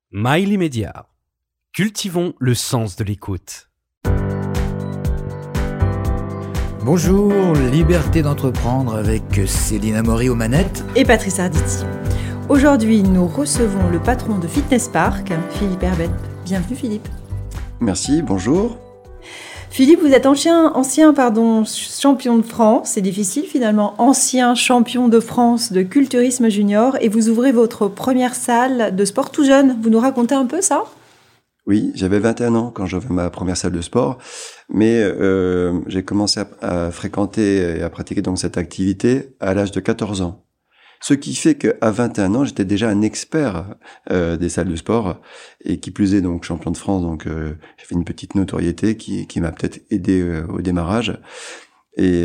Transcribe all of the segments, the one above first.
Mail Média. Cultivons le sens de l'écoute. Bonjour, liberté d'entreprendre avec Céline Amaury aux manettes et Patrice Arditi. Aujourd'hui, nous recevons le patron de Fitness Park, Philippe Herbet. Bienvenue Philippe. Merci, bonjour. Philippe, vous êtes ancien champion de France, c'est difficile finalement, ancien champion de France de culturisme junior, et vous ouvrez votre première salle de sport tout jeune. Vous nous racontez un peu ça ? Oui, j'avais 21 ans quand j'ouvrais ma première salle de sport, mais j'ai commencé à fréquenter et à pratiquer donc cette activité à l'âge de 14 ans. Ce qui fait qu'à 21 ans, j'étais déjà un expert des salles de sport, et qui plus est donc champion de France, donc j'ai fait une petite notoriété qui m'a peut-être aidé au démarrage. Et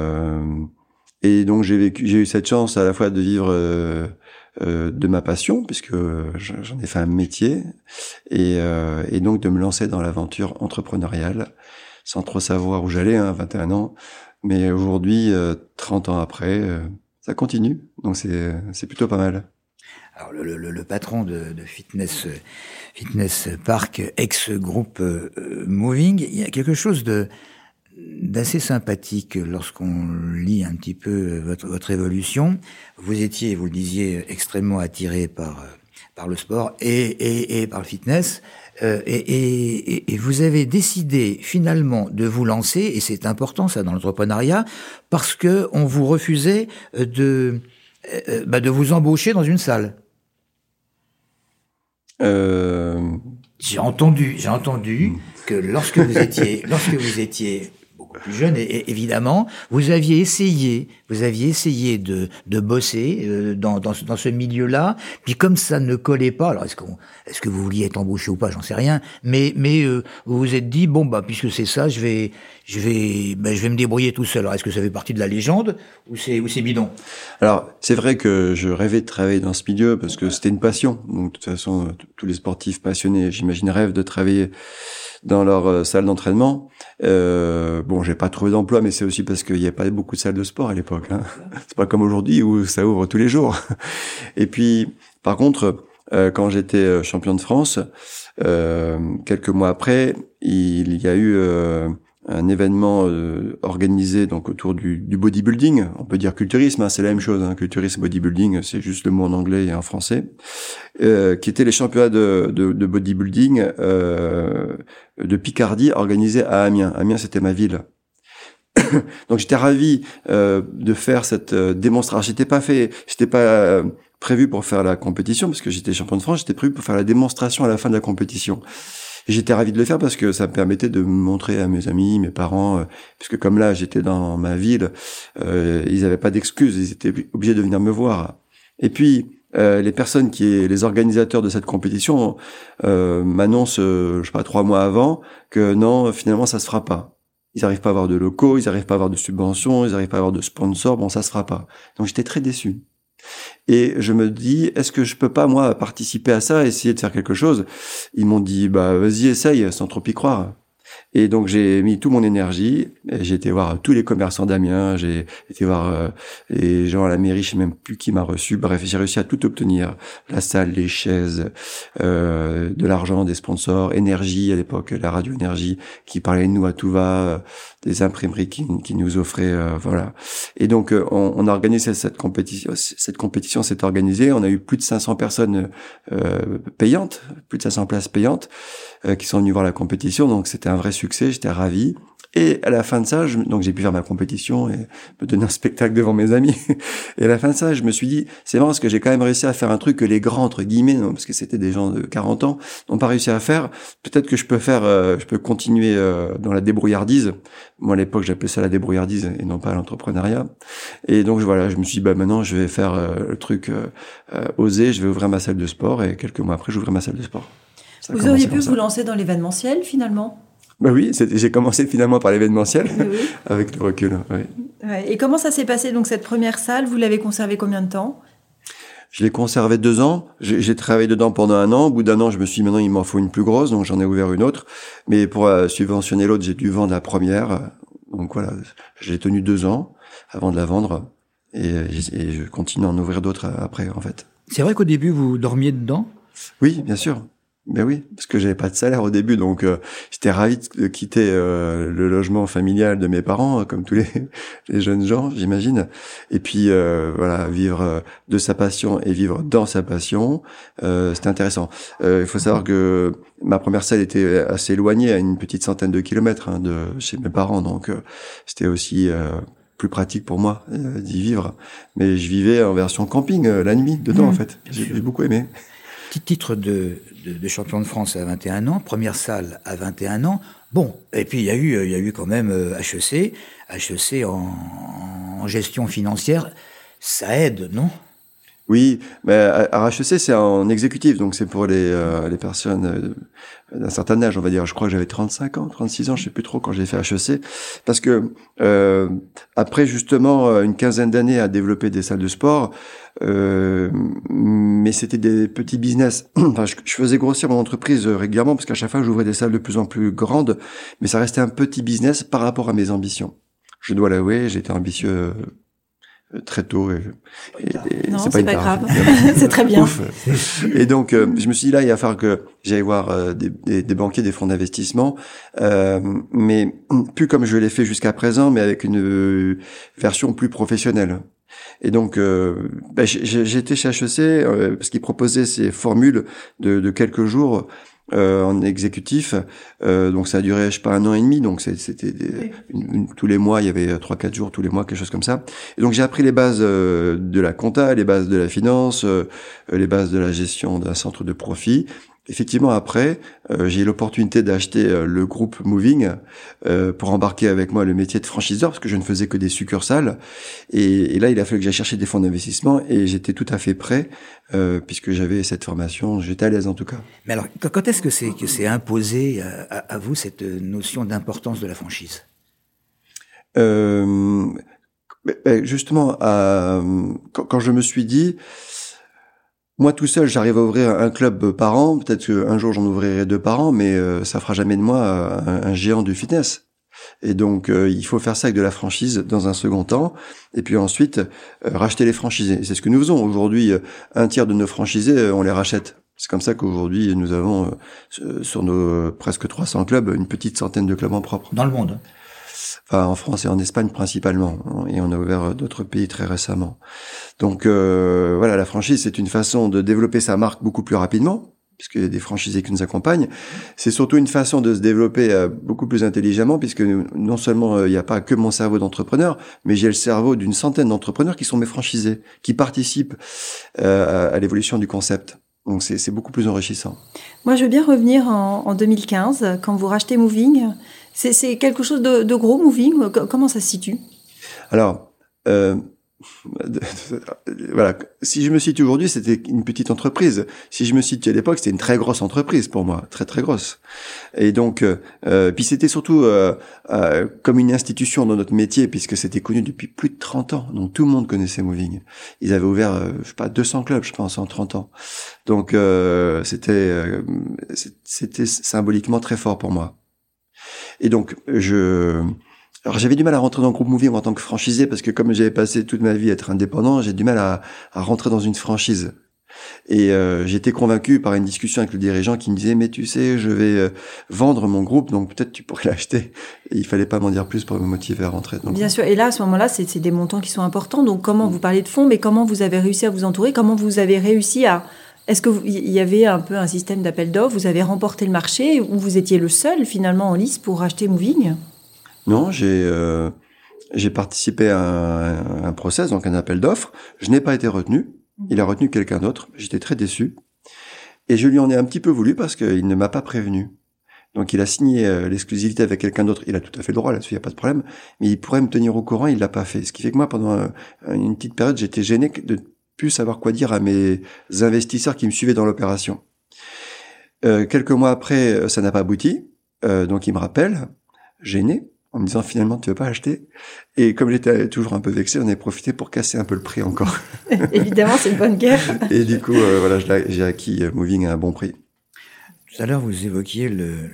donc j'ai eu cette chance à la fois de vivre de ma passion, puisque j'en ai fait un métier, et donc de me lancer dans l'aventure entrepreneuriale, sans trop savoir où j'allais, 21 ans. Mais aujourd'hui, 30 ans après, ça continue, donc c'est plutôt pas mal. Alors le patron de Fitness Park, ex-groupe Moving, il y a quelque chose d'assez sympathique lorsqu'on lit un petit peu votre évolution. Vous étiez, vous le disiez, extrêmement attiré par le sport et par le fitness. Et vous avez décidé finalement de vous lancer, et c'est important ça dans l'entrepreneuriat, parce que on vous refusait de vous embaucher dans une salle. J'ai entendu que lorsque vous étiez beaucoup plus jeune, et évidemment, vous aviez essayé de bosser dans ce milieu-là, puis comme ça ne collait pas, alors est-ce que vous vouliez être embauché ou pas, j'en sais rien, mais vous vous êtes dit puisque c'est ça, je vais me débrouiller tout seul. Alors est-ce que ça fait partie de la légende ou c'est bidon? Alors c'est vrai que je rêvais de travailler dans ce milieu parce que c'était une passion. Donc de toute façon, tous les sportifs passionnés, j'imagine, rêvent de travailler dans leur salle d'entraînement. J'ai pas trouvé d'emploi, mais c'est aussi parce qu'il y a pas beaucoup de salles de sport à l'époque. C'est pas comme aujourd'hui où ça ouvre tous les jours. Et puis, par contre, quand j'étais champion de France, quelques mois après, il y a eu un événement organisé donc autour du bodybuilding. On peut dire culturisme, c'est la même chose. Culturisme, bodybuilding, c'est juste le mot en anglais et en français. Qui étaient les championnats de bodybuilding de Picardie organisés à Amiens. Amiens, c'était ma ville. Donc j'étais ravi de faire cette démonstration. J'étais pas prévu pour faire la compétition parce que j'étais champion de France. J'étais prévu pour faire la démonstration à la fin de la compétition. Et j'étais ravi de le faire parce que ça me permettait de me montrer à mes amis, mes parents, puisque comme là j'étais dans ma ville, ils avaient pas d'excuses, ils étaient obligés de venir me voir. Et puis les organisateurs de cette compétition m'annoncent, 3 mois avant, que non, finalement ça se fera pas. Ils n'arrivent pas à avoir de locaux, ils n'arrivent pas à avoir de subventions, ils n'arrivent pas à avoir de sponsors, ça se fera pas. Donc j'étais très déçu. Et je me dis, est-ce que je peux pas, moi, participer à ça, essayer de faire quelque chose? Ils m'ont dit, vas-y, essaye, sans trop y croire. Et donc j'ai mis toute mon énergie, et j'ai été voir tous les commerçants d'Amiens, j'ai été voir les gens à la mairie, je sais même plus qui m'a reçu. Bref, j'ai réussi à tout obtenir, la salle, les chaises, de l'argent, des sponsors, Énergie à l'époque, la radio Énergie qui parlait de nous à tout va, des imprimeries qui nous offraient, voilà. Et donc on a organisé cette compétition. Cette compétition s'est organisée, on a eu plus de 500 personnes payantes, plus de 500 places payantes qui sont venues voir la compétition. Donc c'était un vrai succès, j'étais ravi. Et à la fin de ça, donc j'ai pu faire ma compétition et me donner un spectacle devant mes amis. Et à la fin de ça, je me suis dit, c'est marrant parce que j'ai quand même réussi à faire un truc que les grands, entre guillemets, non, parce que c'était des gens de 40 ans, n'ont pas réussi à faire. Peut-être que je peux continuer dans la débrouillardise. Moi, à l'époque, j'appelais ça la débrouillardise et non pas l'entrepreneuriat. Et donc, voilà, je me suis dit, maintenant, je vais faire le truc osé, je vais ouvrir ma salle de sport, et quelques mois après, j'ouvrais ma salle de sport. Vous auriez pu vous lancer dans l'événementiel, finalement ? Oui, j'ai commencé finalement par l'événementiel, oui. Avec le recul. Oui. Ouais. Et comment ça s'est passé, donc, cette première salle? Vous l'avez conservée combien de temps? Je l'ai conservée 2 ans. J'ai travaillé dedans pendant 1 an. Au bout d'1 an, je me suis dit, maintenant, il m'en faut une plus grosse, donc j'en ai ouvert une autre. Mais pour subventionner l'autre, j'ai dû vendre la première. Donc voilà, je l'ai tenue 2 ans avant de la vendre. Et je continue à en ouvrir d'autres après, en fait. C'est vrai qu'au début, vous dormiez dedans? Oui, bien sûr. Ben oui, parce que j'avais pas de salaire au début, donc j'étais ravi de quitter le logement familial de mes parents, comme tous les jeunes gens, j'imagine. Et puis voilà, vivre de sa passion et vivre dans sa passion, c'était intéressant. Il faut savoir que ma première salle était assez éloignée, à une petite centaine de kilomètres de chez mes parents, donc c'était aussi plus pratique pour moi d'y vivre. Mais je vivais en version camping la nuit dedans, en fait. J'ai beaucoup aimé. Petit titre de champion de France à 21 ans, première salle à 21 ans. Bon, et puis il y a eu quand même HEC en gestion financière, ça aide, non? Oui, mais à HEC, c'est en exécutif, donc c'est pour les personnes d'un certain âge, on va dire. Je crois que j'avais 35 ans, 36 ans, je sais plus trop quand j'ai fait HEC, parce que après justement une quinzaine d'années à développer des salles de sport, mais c'était des petits business. Enfin, je faisais grossir mon entreprise régulièrement parce qu'à chaque fois, j'ouvrais des salles de plus en plus grandes, mais ça restait un petit business par rapport à mes ambitions. Je dois l'avouer, j'étais ambitieux très tôt et non, c'est pas grave. C'est très bien. Ouf. Et donc je me suis dit là, il va falloir que j'aille voir des banquiers, des fonds d'investissement, mais plus comme je l'ai fait jusqu'à présent, mais avec une version plus professionnelle. Et donc j'étais chez HEC parce qu'ils proposaient ces formules de quelques jours en exécutif, donc ça a duré je sais pas 1 an et demi, donc c'était tous les mois il y avait 3-4 jours tous les mois, quelque chose comme ça. Et donc j'ai appris les bases de la compta, les bases de la finance, les bases de la gestion d'un centre de profit. Effectivement, après, j'ai eu l'opportunité d'acheter le groupe Moving pour embarquer avec moi le métier de franchiseur, parce que je ne faisais que des succursales. Et là, il a fallu que j'aille chercher des fonds d'investissement, et j'étais tout à fait prêt, puisque j'avais cette formation, j'étais à l'aise en tout cas. Mais alors, quand est-ce que c'est imposé à vous cette notion d'importance de la franchise? Justement, quand je me suis dit... Moi, tout seul, j'arrive à ouvrir un club par an. Peut-être qu'un jour, j'en ouvrirai 2 par an, mais ça fera jamais de moi un géant du fitness. Et donc, il faut faire ça avec de la franchise dans un second temps. Et puis ensuite, racheter les franchisés. C'est ce que nous faisons. Aujourd'hui, un tiers de nos franchisés, on les rachète. C'est comme ça qu'aujourd'hui, nous avons, sur nos presque 300 clubs, une petite centaine de clubs en propre. Dans le monde? Enfin, en France et en Espagne principalement, et on a ouvert d'autres pays très récemment. Donc voilà, la franchise, c'est une façon de développer sa marque beaucoup plus rapidement, puisqu'il y a des franchisés qui nous accompagnent. C'est surtout une façon de se développer beaucoup plus intelligemment, puisque non seulement il n'y a pas que mon cerveau d'entrepreneur, mais j'ai le cerveau d'une centaine d'entrepreneurs qui sont mes franchisés, qui participent à l'évolution du concept. Donc c'est beaucoup plus enrichissant. Moi, je veux bien revenir en 2015, quand vous rachetez Moving. C'est quelque chose de gros, Moving. Comment ça se situe? Alors, voilà. Si je me situe aujourd'hui, c'était une petite entreprise. Si je me situe à l'époque, c'était une très grosse entreprise pour moi, très très grosse. Et donc, puis c'était surtout comme une institution dans notre métier, puisque c'était connu depuis plus de 30 ans. Donc tout le monde connaissait Moving. Ils avaient ouvert, je sais pas, 200 clubs, je pense, en 30 ans. Donc c'était symboliquement très fort pour moi. Et donc, alors j'avais du mal à rentrer dans le groupe Moving en tant que franchisé, parce que comme j'avais passé toute ma vie à être indépendant, j'ai du mal à rentrer dans une franchise. Et j'étais convaincu par une discussion avec le dirigeant qui me disait « Mais tu sais, je vais vendre mon groupe, donc peut-être tu pourrais l'acheter. » Et il fallait pas m'en dire plus pour me motiver à rentrer. Donc, bien sûr. Et là, à ce moment-là, c'est des montants qui sont importants. Donc comment vous parlez de fonds, mais comment vous avez réussi à vous entourer? Comment vous avez réussi à... Est-ce qu'il y avait un peu un système d'appel d'offres? Vous avez remporté le marché ou vous étiez le seul finalement en lice pour racheter Moving? Non, j'ai participé à un process, donc un appel d'offres. Je n'ai pas été retenu. Il a retenu quelqu'un d'autre. J'étais très déçu. Et je lui en ai un petit peu voulu parce qu'il ne m'a pas prévenu. Donc il a signé l'exclusivité avec quelqu'un d'autre. Il a tout à fait le droit là-dessus, il n'y a pas de problème. Mais il pourrait me tenir au courant, il l'a pas fait. Ce qui fait que moi, pendant une petite période, j'étais gêné de plus savoir quoi dire à mes investisseurs qui me suivaient dans l'opération. Quelques mois après, ça n'a pas abouti. Donc il me rappelle, gêné, en me disant finalement tu veux pas acheter. Et comme j'étais toujours un peu vexé, on a profité pour casser un peu le prix encore. Évidemment, c'est une bonne guerre. Et du coup, voilà, j'ai acquis Moving à un bon prix. Tout à l'heure, vous évoquiez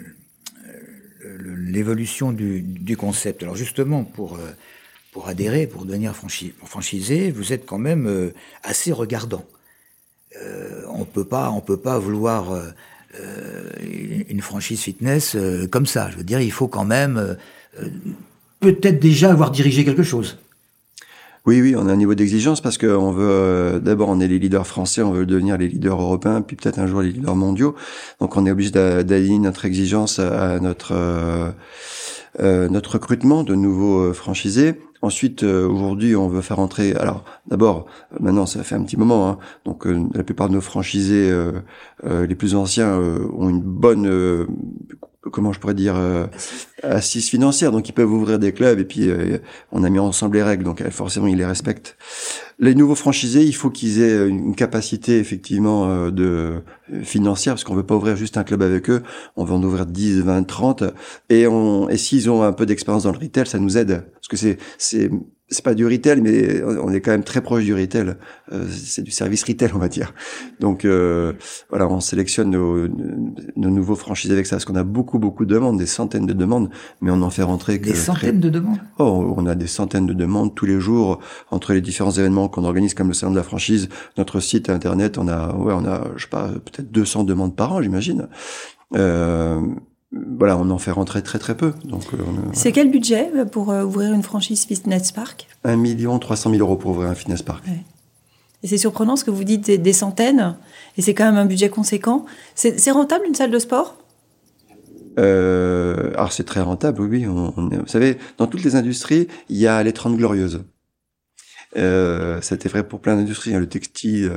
l'évolution du concept. Alors justement, pour adhérer, pour devenir franchisé, vous êtes quand même assez regardant. on peut pas vouloir une franchise fitness comme ça. Je veux dire, il faut quand même peut-être déjà avoir dirigé quelque chose. Oui, on a un niveau d'exigence parce que on veut d'abord on est les leaders français, on veut devenir les leaders européens, puis peut-être un jour les leaders mondiaux. Donc on est obligé d'aligner notre exigence à notre recrutement de nouveaux franchisés. Ensuite, aujourd'hui, on veut faire entrer. Alors, d'abord, maintenant, ça fait un petit moment. Hein, donc, la plupart de nos franchisés, les plus anciens, ont une bonne, comment je pourrais dire, assise financière. Donc, ils peuvent ouvrir des clubs. Et puis, on a mis ensemble les règles. Donc, forcément, ils les respectent. Les nouveaux franchisés, il faut qu'ils aient une capacité effectivement financière, parce qu'on veut pas ouvrir juste un club avec eux. On veut en ouvrir 10, 20, 30. Et s'ils ont un peu d'expérience dans le retail, ça nous aide, parce que c'est pas du retail, mais on est quand même très proche du retail. C'est du service retail, on va dire. Donc voilà, on sélectionne nos nouveaux franchisés avec ça, parce qu'on a beaucoup de demandes, des centaines de demandes, mais on en fait rentrer que des centaines de demandes. Oh, on a des centaines de demandes tous les jours entre les différents événements qu'on organise, comme le salon de la franchise, notre site internet. On a, je sais pas, peut-être 200 demandes par an, j'imagine. Voilà, on en fait rentrer très peu. Donc, c'est quel budget pour ouvrir une franchise Fitness Park ? 1 300 000 € pour ouvrir un Fitness Park. Ouais. Et c'est surprenant ce que vous dites, des centaines, et c'est quand même un budget conséquent. C'est rentable, une salle de sport ? Alors c'est très rentable, oui. Vous savez, dans toutes les industries, il y a les 30 glorieuses. C'était vrai pour plein d'industries, hein, le textile,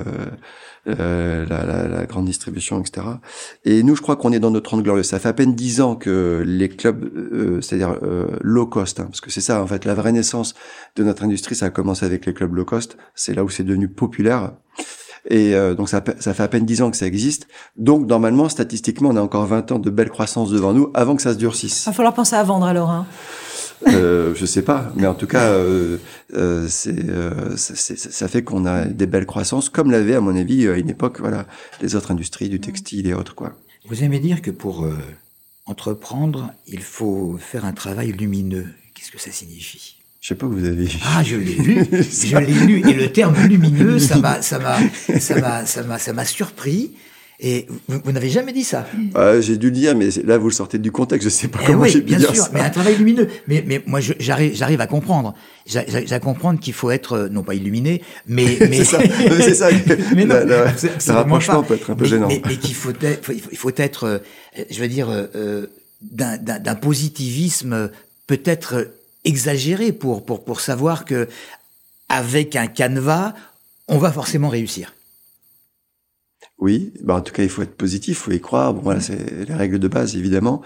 la grande distribution, etc. Et nous, je crois qu'on est dans nos 30 glorieuses. Ça fait à peine 10 ans que les clubs, c'est-à-dire low cost, hein, parce que c'est ça, en fait, la vraie naissance de notre industrie, ça a commencé avec les clubs low cost. C'est là où c'est devenu populaire. Et donc ça fait à peine 10 ans que ça existe. Donc normalement, statistiquement, on a encore 20 ans de belle croissance devant nous avant que ça se durcisse. Il va falloir penser à vendre alors, hein. Je sais pas, mais en tout cas, ça fait qu'on a des belles croissances, comme l'avait à mon avis à une époque, voilà, les autres industries du textile et autres, quoi. Vous aimez dire que pour entreprendre, il faut faire un travail lumineux. Qu'est-ce que ça signifie ? Je sais pas, vous avez. Ah, je l'ai lu. Je l'ai lu. Et le terme lumineux, ça m'a surpris. Et vous n'avez jamais dit ça. J'ai dû le dire, mais là, vous le sortez du contexte. Je sais pas comment j'ai pu dire ça. Bien sûr, mais un travail lumineux. Mais moi, j'arrive à comprendre. J'arrive à comprendre qu'il faut être, non pas illuminé, mais. c'est ça. C'est ça. Mais non, le rapprochement peut être un peu gênant. Mais qu'il faut être, je veux dire, d'un positivisme peut-être exagéré pour savoir que avec un canevas, on va forcément réussir. Oui, en tout cas, il faut être positif, il faut y croire. Bon, voilà, c'est les règles de base, évidemment.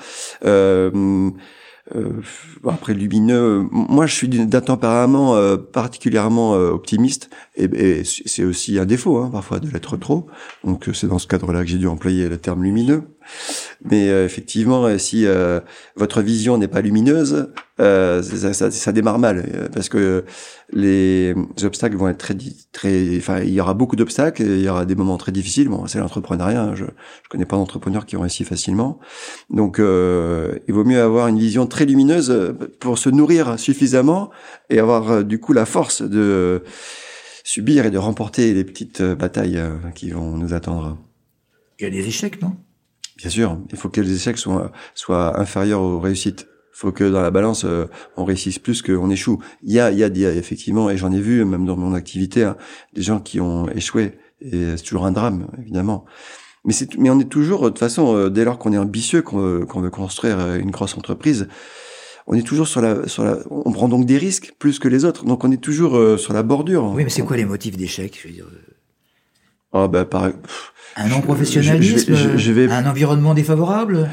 Après, lumineux, moi, je suis d'un tempérament particulièrement optimiste, et c'est aussi un défaut, hein, parfois, de l'être trop. Donc, c'est dans ce cadre-là que j'ai dû employer le terme lumineux. Mais effectivement, si votre vision n'est pas lumineuse, ça démarre mal, parce que les obstacles vont être enfin, il y aura beaucoup d'obstacles, il y aura des moments très difficiles. Bon, c'est l'entrepreneuriat, hein, je connais pas d'entrepreneurs qui ont réussi facilement. Donc, il vaut mieux avoir une vision très lumineuse pour se nourrir suffisamment et avoir du coup la force de subir et de remporter les petites batailles qui vont nous attendre. Il y a des échecs, non ? Bien sûr, il faut que les échecs soient inférieurs aux réussites. Il faut que dans la balance, on réussisse plus qu'on échoue. Il y a effectivement, et j'en ai vu même dans mon activité, hein, des gens qui ont échoué, et c'est toujours un drame, évidemment. Mais on est toujours, de toute façon, dès lors qu'on est ambitieux, qu'on veut construire une grosse entreprise, on est toujours on prend donc des risques plus que les autres. Donc on est toujours sur la bordure. Oui, mais c'est quoi les motifs d'échec, je veux dire? Un non-professionnalisme, un environnement défavorable.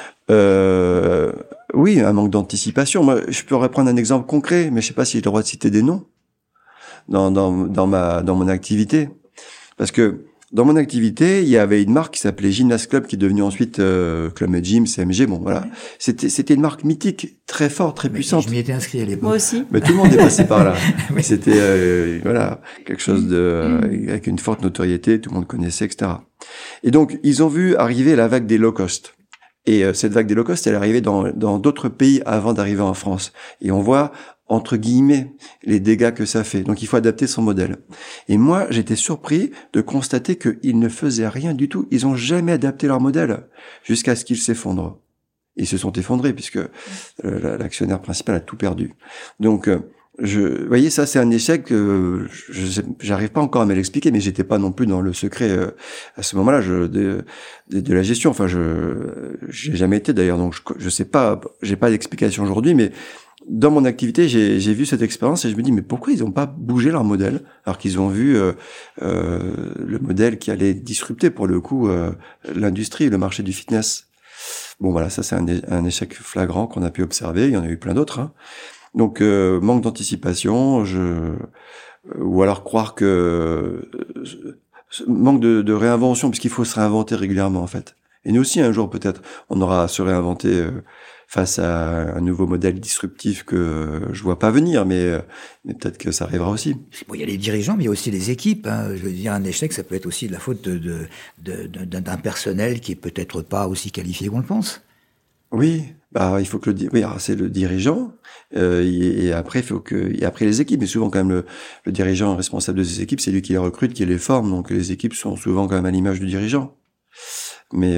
Oui, un manque d'anticipation. Moi, je pourrais prendre un exemple concret, mais je sais pas si j'ai le droit de citer des noms dans mon activité, parce que dans mon activité, il y avait une marque qui s'appelait Gymnast Club, qui est devenue ensuite Club Med Gym, CMG. Bon, voilà. C'était une marque mythique, très forte, très puissante. Je m'y étais inscrit à l'époque. Moi aussi. Mais tout le monde est passé par là. Oui. C'était voilà, quelque chose avec une forte notoriété, tout le monde connaissait, etc. Et donc, ils ont vu arriver la vague des low cost. Et cette vague des low cost, elle est arrivée dans d'autres pays avant d'arriver en France. Et on voit entre guillemets, les dégâts que ça fait. Donc, il faut adapter son modèle. Et moi, j'étais surpris de constater qu'ils ne faisaient rien du tout. Ils ont jamais adapté leur modèle jusqu'à ce qu'ils s'effondrent. Ils se sont effondrés puisque l'actionnaire principal a tout perdu. Donc, vous voyez, ça, c'est un échec. J'arrive pas encore à me l'expliquer, mais j'étais pas non plus dans le secret à ce moment-là de la gestion. Enfin, j'ai jamais été d'ailleurs, donc je sais pas. J'ai pas d'explication aujourd'hui, mais dans mon activité, j'ai vu cette expérience et je me dis mais pourquoi ils n'ont pas bougé leur modèle alors qu'ils ont vu le modèle qui allait disrupter pour le coup l'industrie, le marché du fitness. Bon voilà, ça c'est un échec flagrant qu'on a pu observer. Il y en a eu plein d'autres. Hein. Donc manque d'anticipation, ou alors croire que manque de réinvention, puisqu'il faut se réinventer régulièrement en fait. Et nous aussi un jour peut-être on aura à se réinventer face à un nouveau modèle disruptif que je vois pas venir, mais peut-être que ça arrivera aussi. Bon, il y a les dirigeants, mais il y a aussi les équipes. Hein. Je veux dire, un échec, ça peut être aussi de la faute d'un personnel qui est peut-être pas aussi qualifié qu'on le pense. Oui, bah il faut que c'est le dirigeant et après après les équipes. Mais souvent quand même le dirigeant responsable de ces équipes, c'est lui qui les recrute, qui les forme. Donc les équipes sont souvent quand même à l'image du dirigeant. Mais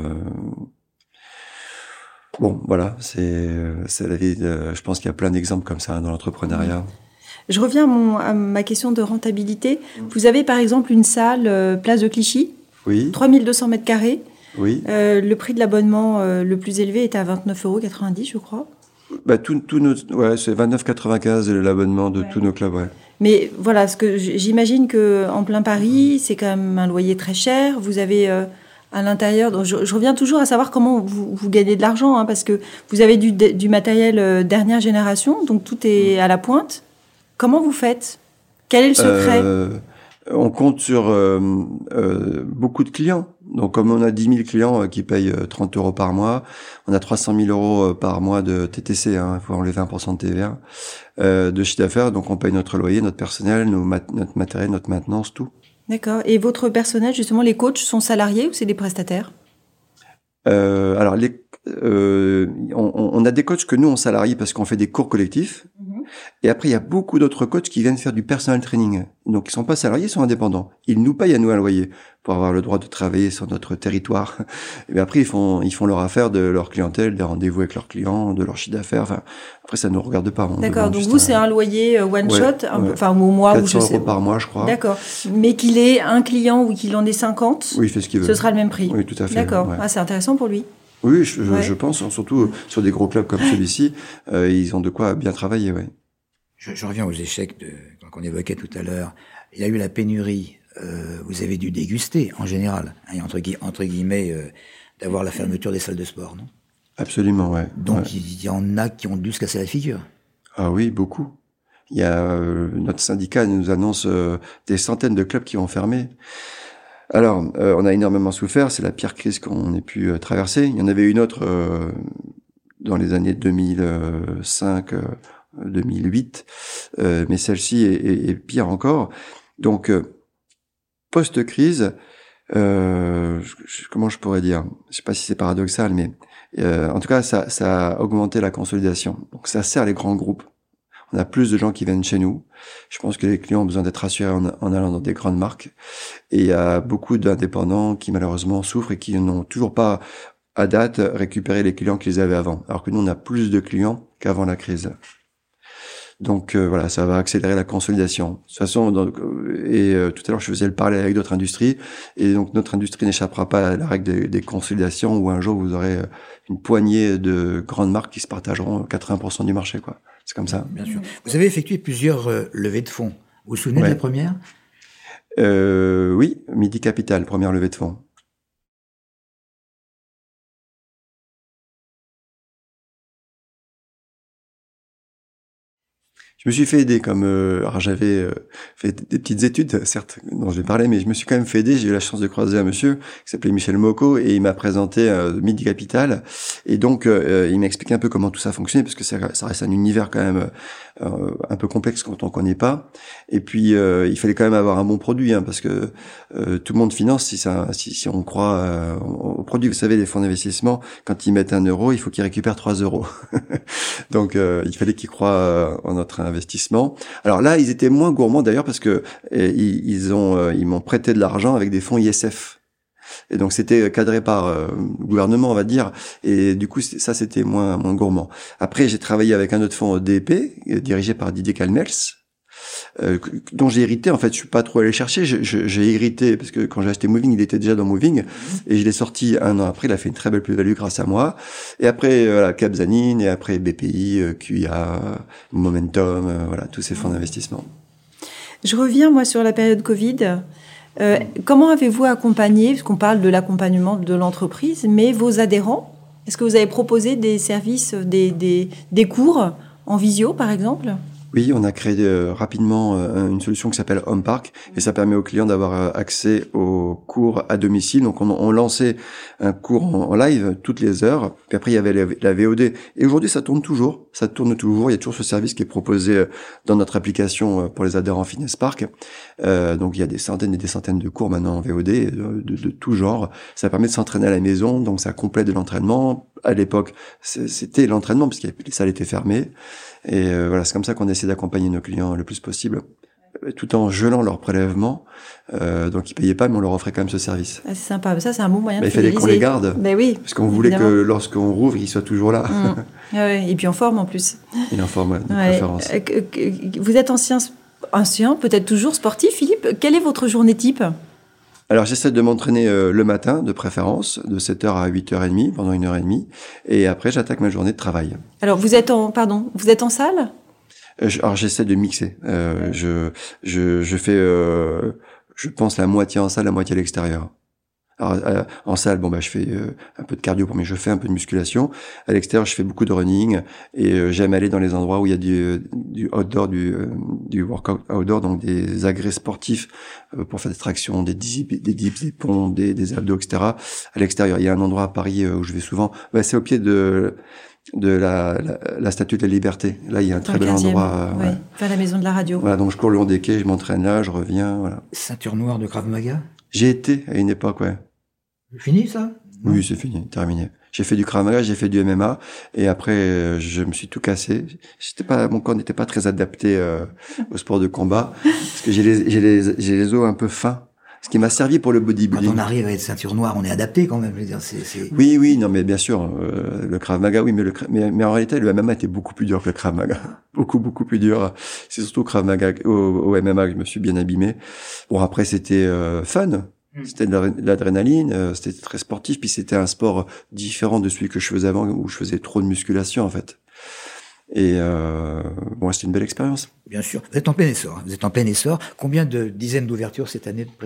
bon, voilà, c'est la vie. Je pense qu'il y a plein d'exemples comme ça dans l'entrepreneuriat. Je reviens à ma question de rentabilité. Vous avez par exemple une salle place de Clichy, oui. 3200 mètres carrés. Oui. Le prix de l'abonnement le plus élevé est à 29,90 €, je crois. Bah c'est 29,95 l'abonnement de tous nos clubs, ouais. Mais voilà, j'imagine que en plein Paris, c'est quand même un loyer très cher. Vous avez à l'intérieur, donc je reviens toujours à savoir comment vous gagnez de l'argent, hein, parce que vous avez du matériel dernière génération, donc tout est à la pointe. Comment vous faites ? Quel est le secret ? On compte sur beaucoup de clients. Donc, comme on a 10 000 clients qui payent 30 € par mois, on a 300 000 € par mois de TTC, il faut enlever 20% de TVA, de chiffre d'affaires. Donc, on paye notre loyer, notre personnel, notre matériel, notre maintenance, tout. D'accord. Et votre personnel, justement, les coachs sont salariés ou c'est des prestataires ? Alors, on a des coachs que nous, on salarie parce qu'on fait des cours collectifs. Et après, il y a beaucoup d'autres coachs qui viennent faire du personal training. Donc, ils sont pas salariés, ils sont indépendants. Ils nous payent à nous un loyer pour avoir le droit de travailler sur notre territoire. Et bien après, ils font leur affaire de leur clientèle, des rendez-vous avec leurs clients, de leur chiffre d'affaires. Enfin, après, ça ne nous regarde pas. D'accord. Donc, vous, c'est un loyer one shot, enfin, au mois, 400 € par mois, je crois. D'accord. Mais qu'il ait un client ou qu'il en ait 50, oui, il fait ce qu'il veut. Ce sera le même prix. Oui, tout à fait. D'accord. Ouais. Ah, c'est intéressant pour lui. Oui, je pense, surtout sur des gros clubs comme celui-ci, ils ont de quoi bien travailler, ouais. Je reviens aux échecs qu'on évoquait tout à l'heure. Il y a eu la pénurie. Vous avez dû déguster, en général, hein, entre guillemets, d'avoir la fermeture des salles de sport, non ? Absolument, ouais. Donc, il y en a qui ont dû se casser la figure. Ah oui, beaucoup. Il y a notre syndicat nous annonce des centaines de clubs qui vont fermer. Alors, on a énormément souffert. C'est la pire crise qu'on ait pu traverser. Il y en avait une autre dans les années 2005. 2008, mais celle-ci est pire encore. Donc, post-crise, comment je pourrais dire ? Je sais pas si c'est paradoxal, mais en tout cas, ça a augmenté la consolidation. Donc, ça sert les grands groupes. On a plus de gens qui viennent chez nous. Je pense que les clients ont besoin d'être rassurés en allant dans des grandes marques. Et il y a beaucoup d'indépendants qui malheureusement souffrent et qui n'ont toujours pas, à date, récupéré les clients qu'ils avaient avant. Alors que nous, on a plus de clients qu'avant la crise. Donc voilà, ça va accélérer la consolidation. De toute façon, tout à l'heure je faisais le parallèle avec d'autres industries, et donc notre industrie n'échappera pas à la règle des consolidations où un jour vous aurez une poignée de grandes marques qui se partageront 80% du marché, quoi. C'est comme ça. Bien sûr. Vous avez effectué plusieurs levées de fonds. Vous vous souvenez de la première ? Oui, Midi Capital, première levée de fonds. Je me suis fait aider alors j'avais fait des petites études, certes, dont j'ai parlé, mais je me suis quand même fait aider. J'ai eu la chance de croiser un monsieur qui s'appelait Michel Mocco et il m'a présenté Midi Capital. Et donc, il m'a expliqué un peu comment tout ça fonctionnait parce que ça reste un univers quand même un peu complexe quand on connaît pas. Et puis, il fallait quand même avoir un bon produit, hein, parce que tout le monde finance si on croit au produit. Vous savez, les fonds d'investissement, quand ils mettent 1 euro, il faut qu'ils récupèrent 3 euros. Donc, il fallait qu'ils croient en notre investissement. Alors là, ils étaient moins gourmands d'ailleurs parce que ils m'ont prêté de l'argent avec des fonds ISF. Et donc c'était cadré par le gouvernement, on va dire, et du coup ça c'était moins gourmand. Après j'ai travaillé avec un autre fonds DEP dirigé par Didier Calmels, dont j'ai hérité. En fait, je suis pas trop allé chercher. J'ai hérité parce que quand j'ai acheté Moving, il était déjà dans Moving et je l'ai sorti 1 an après. Il a fait une très belle plus-value grâce à moi. Et après, Capzanine, et après BPI, QIA, Momentum, voilà, tous ces fonds d'investissement. Je reviens, moi, sur la période Covid. Comment avez-vous accompagné, parce qu'on parle de l'accompagnement de l'entreprise, mais vos adhérents? Est-ce que vous avez proposé des services, des cours en visio, par exemple? Oui, on a créé rapidement une solution qui s'appelle Home Park et ça permet aux clients d'avoir accès aux cours à domicile. Donc on lançait un cours en live toutes les heures. Puis après il y avait la VOD et aujourd'hui ça tourne toujours. Il y a toujours ce service qui est proposé dans notre application pour les adhérents Fitness Park. Donc il y a des centaines et des centaines de cours maintenant en VOD de tout genre. Ça permet de s'entraîner à la maison, donc ça complète de l'entraînement. À l'époque c'était l'entraînement parce que les salles étaient fermées. Et voilà, c'est comme ça qu'on essaie d'accompagner nos clients le plus possible, tout en gelant leurs prélèvements. Donc ils payaient pas, mais on leur offrait quand même ce service. Ah, c'est sympa, ça c'est un bon moyen de il fallait qu'on les garde, oui, parce qu'on voulait que lorsqu'on rouvre, ils soient toujours là. Ah ouais, et puis en forme en plus. Et en forme, de préférence. Vous êtes ancien, peut-être toujours sportif, Philippe. Quelle est votre journée type ? Alors, j'essaie de m'entraîner le matin, de préférence, de 7h à 8h30, pendant 1h30. Et après, j'attaque ma journée de travail. Alors, vous êtes en salle ? Alors, j'essaie de mixer. Je fais, je pense, la moitié en salle, la moitié à l'extérieur. Alors, en salle, je fais un peu de cardio, mais je fais un peu de musculation. À l'extérieur, je fais beaucoup de running et j'aime aller dans les endroits où il y a du outdoor, du workout outdoor, donc des agrès sportifs pour faire des tractions, des dips, des ponts, des abdos, etc. À l'extérieur, il y a un endroit à Paris où je vais souvent. C'est au pied de la Statue de la Liberté. Là, il y a un très bel endroit. Vers la maison de la radio. Voilà, donc je cours le long des quais, je m'entraîne là, je reviens, voilà. Ceinture noire de Krav Maga ? J'ai été à une époque, ouais. C'est fini, ça ? Oui, c'est fini, terminé. J'ai fait du Krav Maga, j'ai fait du MMA, et après, je me suis tout cassé. Mon corps n'était pas très adapté au sport de combat, parce que j'ai les os un peu fins. Ce qui m'a servi pour le bodybuilding. Quand on arrive à être ceinture noire, on est adapté quand même. Je veux dire, Oui, non, mais bien sûr, le Krav Maga, oui, mais en réalité, le MMA était beaucoup plus dur que le Krav Maga. Beaucoup plus dur. C'est surtout Krav Maga, au MMA que je me suis bien abîmé. Bon, après, c'était fun. C'était de l'adrénaline, c'était très sportif, puis c'était un sport différent de celui que je faisais avant, où je faisais trop de musculation, en fait. Et c'était une belle expérience. Bien sûr. Vous êtes en plein essor. Combien de dizaines d'ouvertures cette année de prévues ?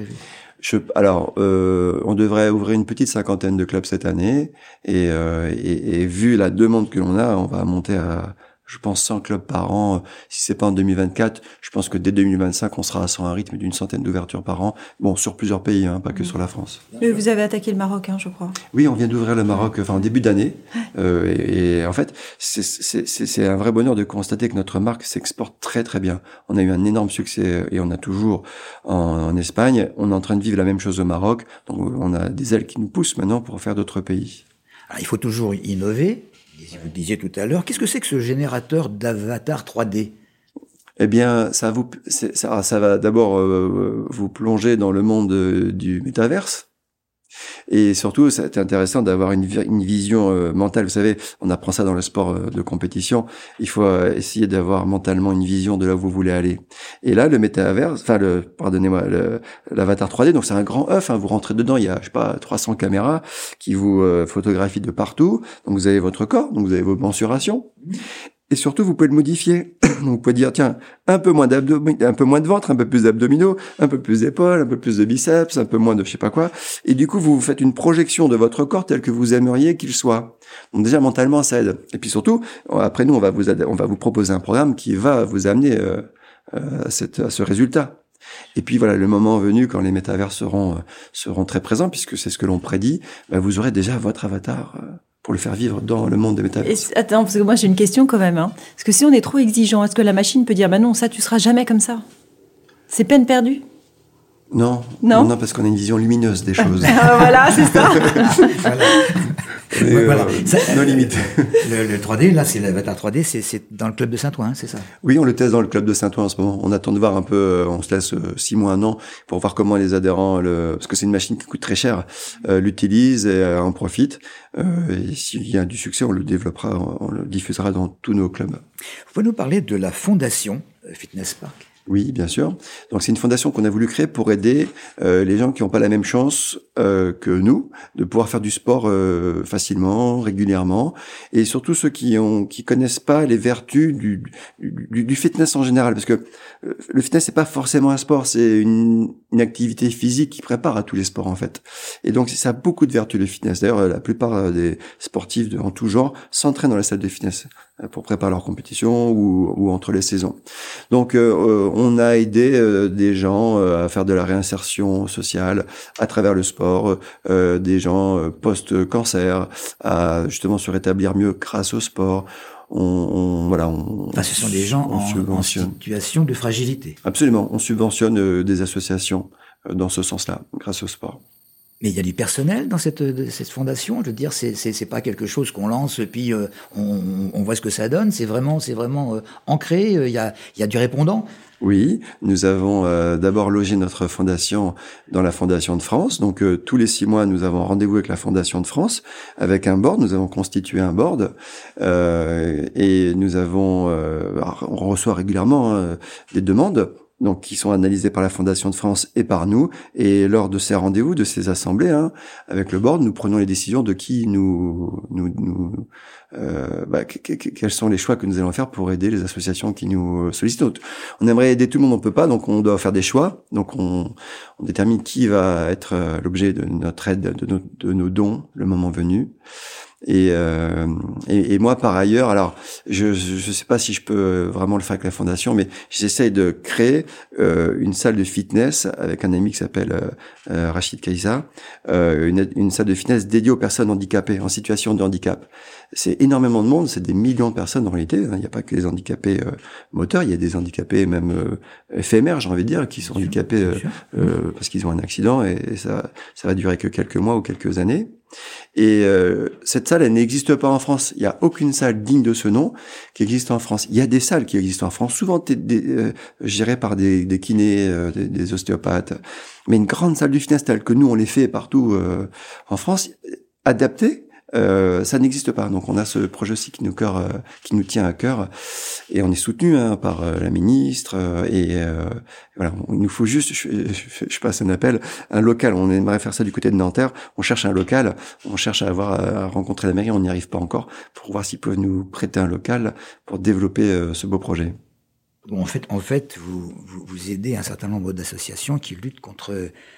On devrait ouvrir une petite 50aine de clubs cette année, et vu la demande que l'on a, on va monter à, je pense, 100 clubs par an. Si c'est pas en 2024, je pense que dès 2025, on sera sur un rythme d'une centaine d'ouvertures par an. Bon, sur plusieurs pays, pas que sur la France. Vous avez attaqué le Maroc, je crois. Oui, on vient d'ouvrir le Maroc, en début d'année. Et en fait, c'est un vrai bonheur de constater que notre marque s'exporte très très bien. On a eu un énorme succès et on a toujours en Espagne. On est en train de vivre la même chose au Maroc. Donc, on a des ailes qui nous poussent maintenant pour faire d'autres pays. Alors, il faut toujours innover. Vous le disiez tout à l'heure, qu'est-ce que c'est que ce générateur d'avatar 3D ? Eh bien, ça va d'abord vous plonger dans le monde du métaverse. Et surtout, c'est intéressant d'avoir une vision mentale. Vous savez, on apprend ça dans le sport de compétition. Il faut essayer d'avoir mentalement une vision de là où vous voulez aller. Et là, le métaverse, l'avatar 3D, donc c'est un grand œuf. Vous rentrez dedans, il y a, 300 caméras qui vous photographient de partout. Donc vous avez votre corps, donc vous avez vos mensurations. Et surtout, vous pouvez le modifier. Vous pouvez dire, tiens, un peu moins de ventre, un peu plus d'abdominaux, un peu plus d'épaules, un peu plus de biceps, un peu moins de je sais pas quoi. Et du coup, vous faites une projection de votre corps tel que vous aimeriez qu'il soit. Donc déjà, mentalement, ça aide. Et puis surtout, après nous, on va vous proposer un programme qui va vous amener à ce résultat. Et puis voilà, le moment venu, quand les métavers seront très présents, puisque c'est ce que l'on prédit, vous aurez déjà votre avatar pour le faire vivre dans le monde des métavers. Attends, parce que moi j'ai une question quand même. Parce que si on est trop exigeant, est-ce que la machine peut dire non, ça tu seras jamais comme ça? C'est peine perdue? Non, parce qu'on a une vision lumineuse des choses. Voilà, c'est ça. Voilà. Nos limites. Le 3D, là, c'est l'avatar 3D, c'est dans le club de Saint-Ouen, c'est ça? Oui, on le teste dans le club de Saint-Ouen en ce moment. On attend de voir un peu, on se laisse 6 mois, 1 an pour voir comment les adhérents, parce que c'est une machine qui coûte très cher, l'utilisent et en profitent. Et s'il y a du succès, on le développera, on le diffusera dans tous nos clubs. Vous pouvez nous parler de la fondation Fitness Park? Oui, bien sûr. Donc c'est une fondation qu'on a voulu créer pour aider les gens qui n'ont pas la même chance que nous de pouvoir faire du sport facilement, régulièrement, et surtout ceux qui connaissent pas les vertus du fitness en général, parce que le fitness c'est pas forcément un sport, c'est une activité physique qui prépare à tous les sports en fait. Et donc ça a beaucoup de vertus le fitness. D'ailleurs, la plupart des sportifs en tout genre s'entraînent dans la salle de fitness pour préparer leur compétition ou entre les saisons. Donc on a aidé des gens à faire de la réinsertion sociale à travers le sport, des gens post-cancer à justement se rétablir mieux grâce au sport. Enfin, ce sont des gens en situation de fragilité. Absolument, on subventionne des associations dans ce sens-là, grâce au sport. Mais il y a du personnel dans cette fondation. Je veux dire, c'est pas quelque chose qu'on lance et puis on voit ce que ça donne. C'est vraiment ancré. Il y a du répondant. Oui, nous avons d'abord logé notre fondation dans la Fondation de France. Donc tous les 6 mois, nous avons rendez-vous avec la Fondation de France, avec un board. Nous avons constitué un board et nous avons, on reçoit régulièrement des demandes, donc qui sont analysées par la Fondation de France et par nous. Et lors de ces rendez-vous, de ces assemblées, avec le board, nous prenons les décisions de qui quels sont les choix que nous allons faire pour aider les associations qui nous sollicitent. On aimerait aider tout le monde, on peut pas, donc on doit faire des choix. Donc on détermine qui va être l'objet de notre aide, de nos dons, le moment venu. Et moi par ailleurs, alors je sais pas si je peux vraiment le faire avec la fondation, mais j'essaye de créer une salle de fitness avec un ami qui s'appelle Rachid Kaïsa, une salle de fitness dédiée aux personnes handicapées en situation de handicap. C'est énormément de monde, c'est des millions de personnes en réalité. Il n'y a pas que les handicapés moteurs, il y a des handicapés même éphémères, j'ai envie de dire, qui sont handicapés parce qu'ils ont un accident et ça va durer que quelques mois ou quelques années. Et cette salle, elle n'existe pas en France. Il n'y a aucune salle digne de ce nom qui existe en France. Il y a des salles qui existent en France, souvent gérées par des kinés, des ostéopathes. Mais une grande salle du fitness telle que nous, on les fait partout en France, adaptée, ça n'existe pas. Donc on a ce projet aussi qui nous tient à cœur, et on est soutenu par la ministre. Voilà, il nous faut juste, je passe un appel, un local. On aimerait faire ça du côté de Nanterre. On cherche un local, on cherche à rencontrer la mairie. On n'y arrive pas encore pour voir s'ils peuvent nous prêter un local pour développer ce beau projet. Bon, en fait, vous aidez un certain nombre d'associations qui luttent contre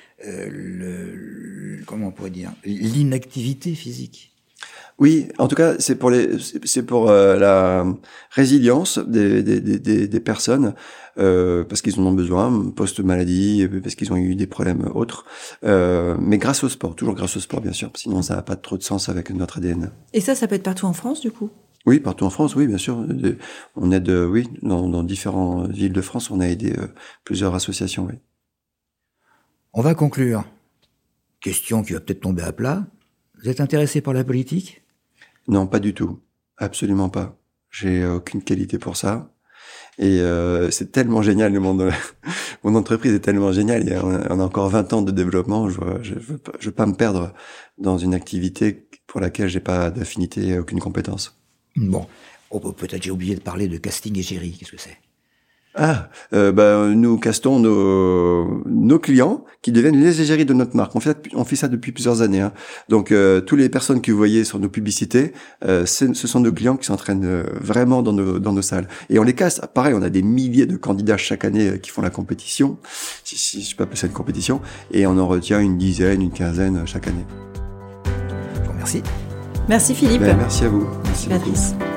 comment on pourrait dire, l'inactivité physique. Oui, en tout cas, c'est pour la résilience des personnes parce qu'ils en ont besoin post-maladie, parce qu'ils ont eu des problèmes autres, mais grâce au sport, toujours grâce au sport bien sûr, sinon ça n'a pas trop de sens avec notre ADN. Et ça peut être partout en France du coup? Oui, partout en France, oui, bien sûr. On aide, dans différentes villes de France, on a aidé plusieurs associations, oui. On va conclure. Question qui va peut-être tomber à plat. Vous êtes intéressé par la politique? Non, pas du tout. Absolument pas. J'ai aucune qualité pour ça. Et c'est tellement génial, le monde. Mon entreprise est tellement géniale. On a encore 20 ans de développement. Je veux pas me perdre dans une activité pour laquelle j'ai pas d'affinité, aucune compétence. Bon. Oh, peut-être j'ai oublié de parler de Casting Égérie. Qu'est-ce que c'est? Nous castons nos clients qui deviennent les égéries de notre marque. On fait ça depuis plusieurs années. Hein. Donc, toutes les personnes que vous voyez sur nos publicités, ce sont nos clients qui s'entraînent vraiment dans nos salles. Et on les casse. Pareil, on a des milliers de candidats chaque année qui font la compétition, si je peux appeler ça une compétition, et on en retient une dizaine, une quinzaine chaque année. Je vous remercie. Merci Philippe. Merci à vous. Merci beaucoup.